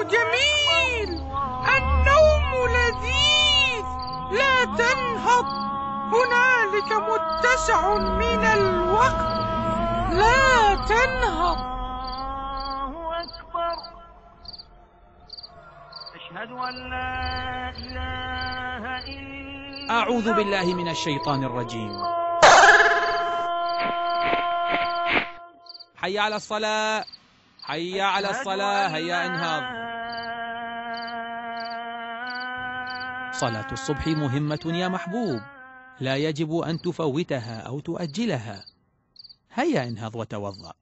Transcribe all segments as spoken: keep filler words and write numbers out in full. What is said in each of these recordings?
جميل، النوم لذيذ، لا تنهض، هنالك متسع من الوقت، لا تنهض. أشهد أن لا إله إلا أعوذ بالله من الشيطان الرجيم. حي على الصلاة، حي على الصلاة، هيا انهض. صلاة الصبح مهمة يا محبوب، لا يجب أن تفوتها أو تؤجلها. هيا انهض وتوضأ.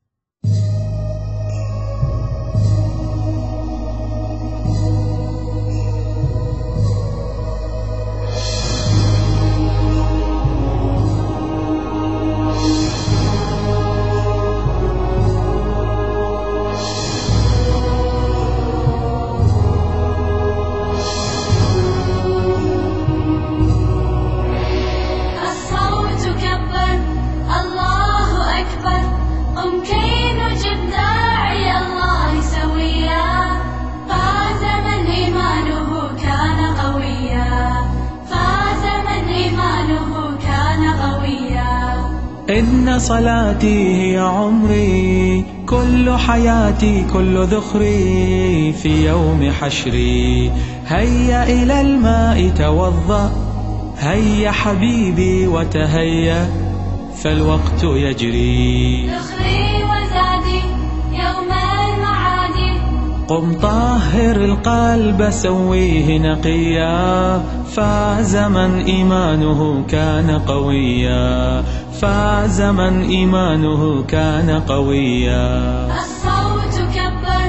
إن صلاتي هي عمري، كل حياتي كل ذخري، في يوم حشري. هيا إلى الماء توضأ، هيا حبيبي وتهيأ، فالوقت يجري. ذخري وزادي يوم المعاد، قم طهر القلب سويه نقيا، فاز من إيمانه كان قويا، فاز من إيمانه كان قويا. الصوت كبر،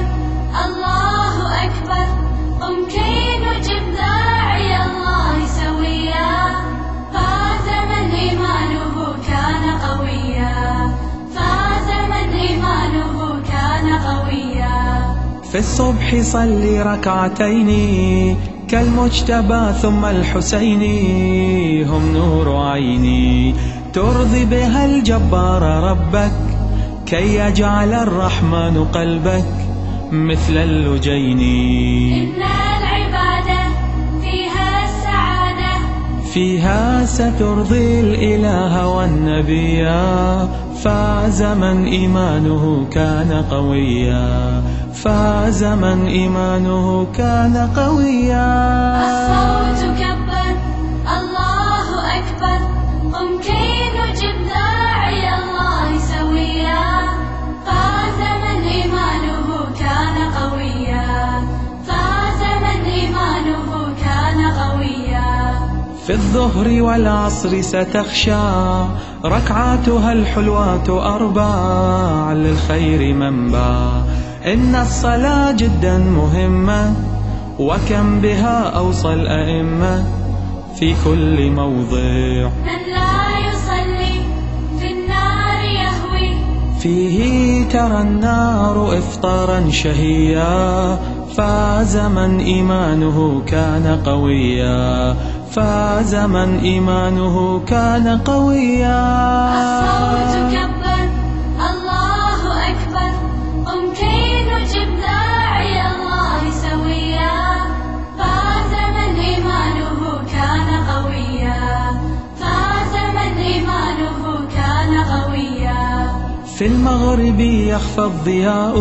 الله أكبر، قم كي نجب داعي الله سويا، فاز من إيمانه كان قويا، فاز من إيمانه كان قويا. في الصبح صلي ركعتين كالمجتبى ثم الحسين، هم نور عيني، ترضي بها الجبار ربك، كي يجعل الرحمن قلبك مثل اللجين. إن العبادة فيها السعادة، فيها سترضي الإله والنبيا، فاز من إيمانه كان قويا، فاز من إيمانه كان قويا. الصوت كبر، الله أكبر، قم كي نجب داعي الله سويا، فاز من إيمانه كان قويا، فاز من إيمانه كان قويا. في الظهر والعصر ستخشى، ركعاتها الحلوات أربع، للخير منبع. إن الصلاة جدا مهمة، وكم بها أوصى الأئمة في كل موضع. من لا يصلي في النار يهوي، فيه ترى النار إفطارا شهيا، فاز من إيمانه كان قويا، فاز من إيمانه كان قويا. الصوت كبر، الله أكبر، قم كي نجب داعي الله سويا، فاز من إيمانه كان قويا، فاز من إيمانه كان قويا. في المغرب يخفى الضياء،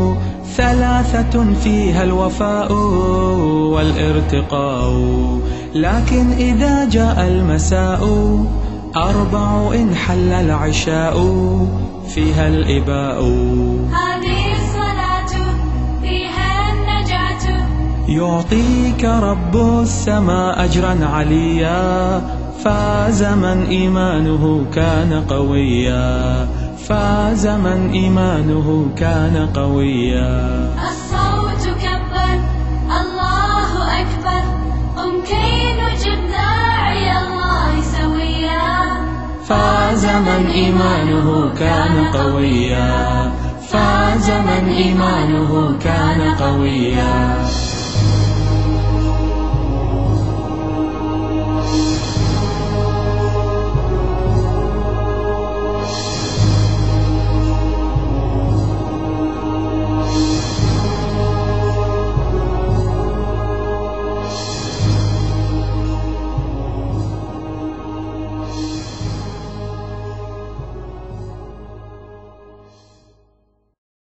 ثلاثة فيها الوفاء والارتقاء، لكن إذا جاء المساء أربع إن حل العشاء، فيها الإباء. هذه الصلاة فيها النجاة، يعطيك رب السماء أجرا عليا، فاز من إيمانه كان قويا، فاز من إيمانه كان قويا. الصوت كبر، الله أكبر، قم كي نجب داعي الله سويا، فاز من إيمانه كان قويا، فاز من إيمانه كان قويا.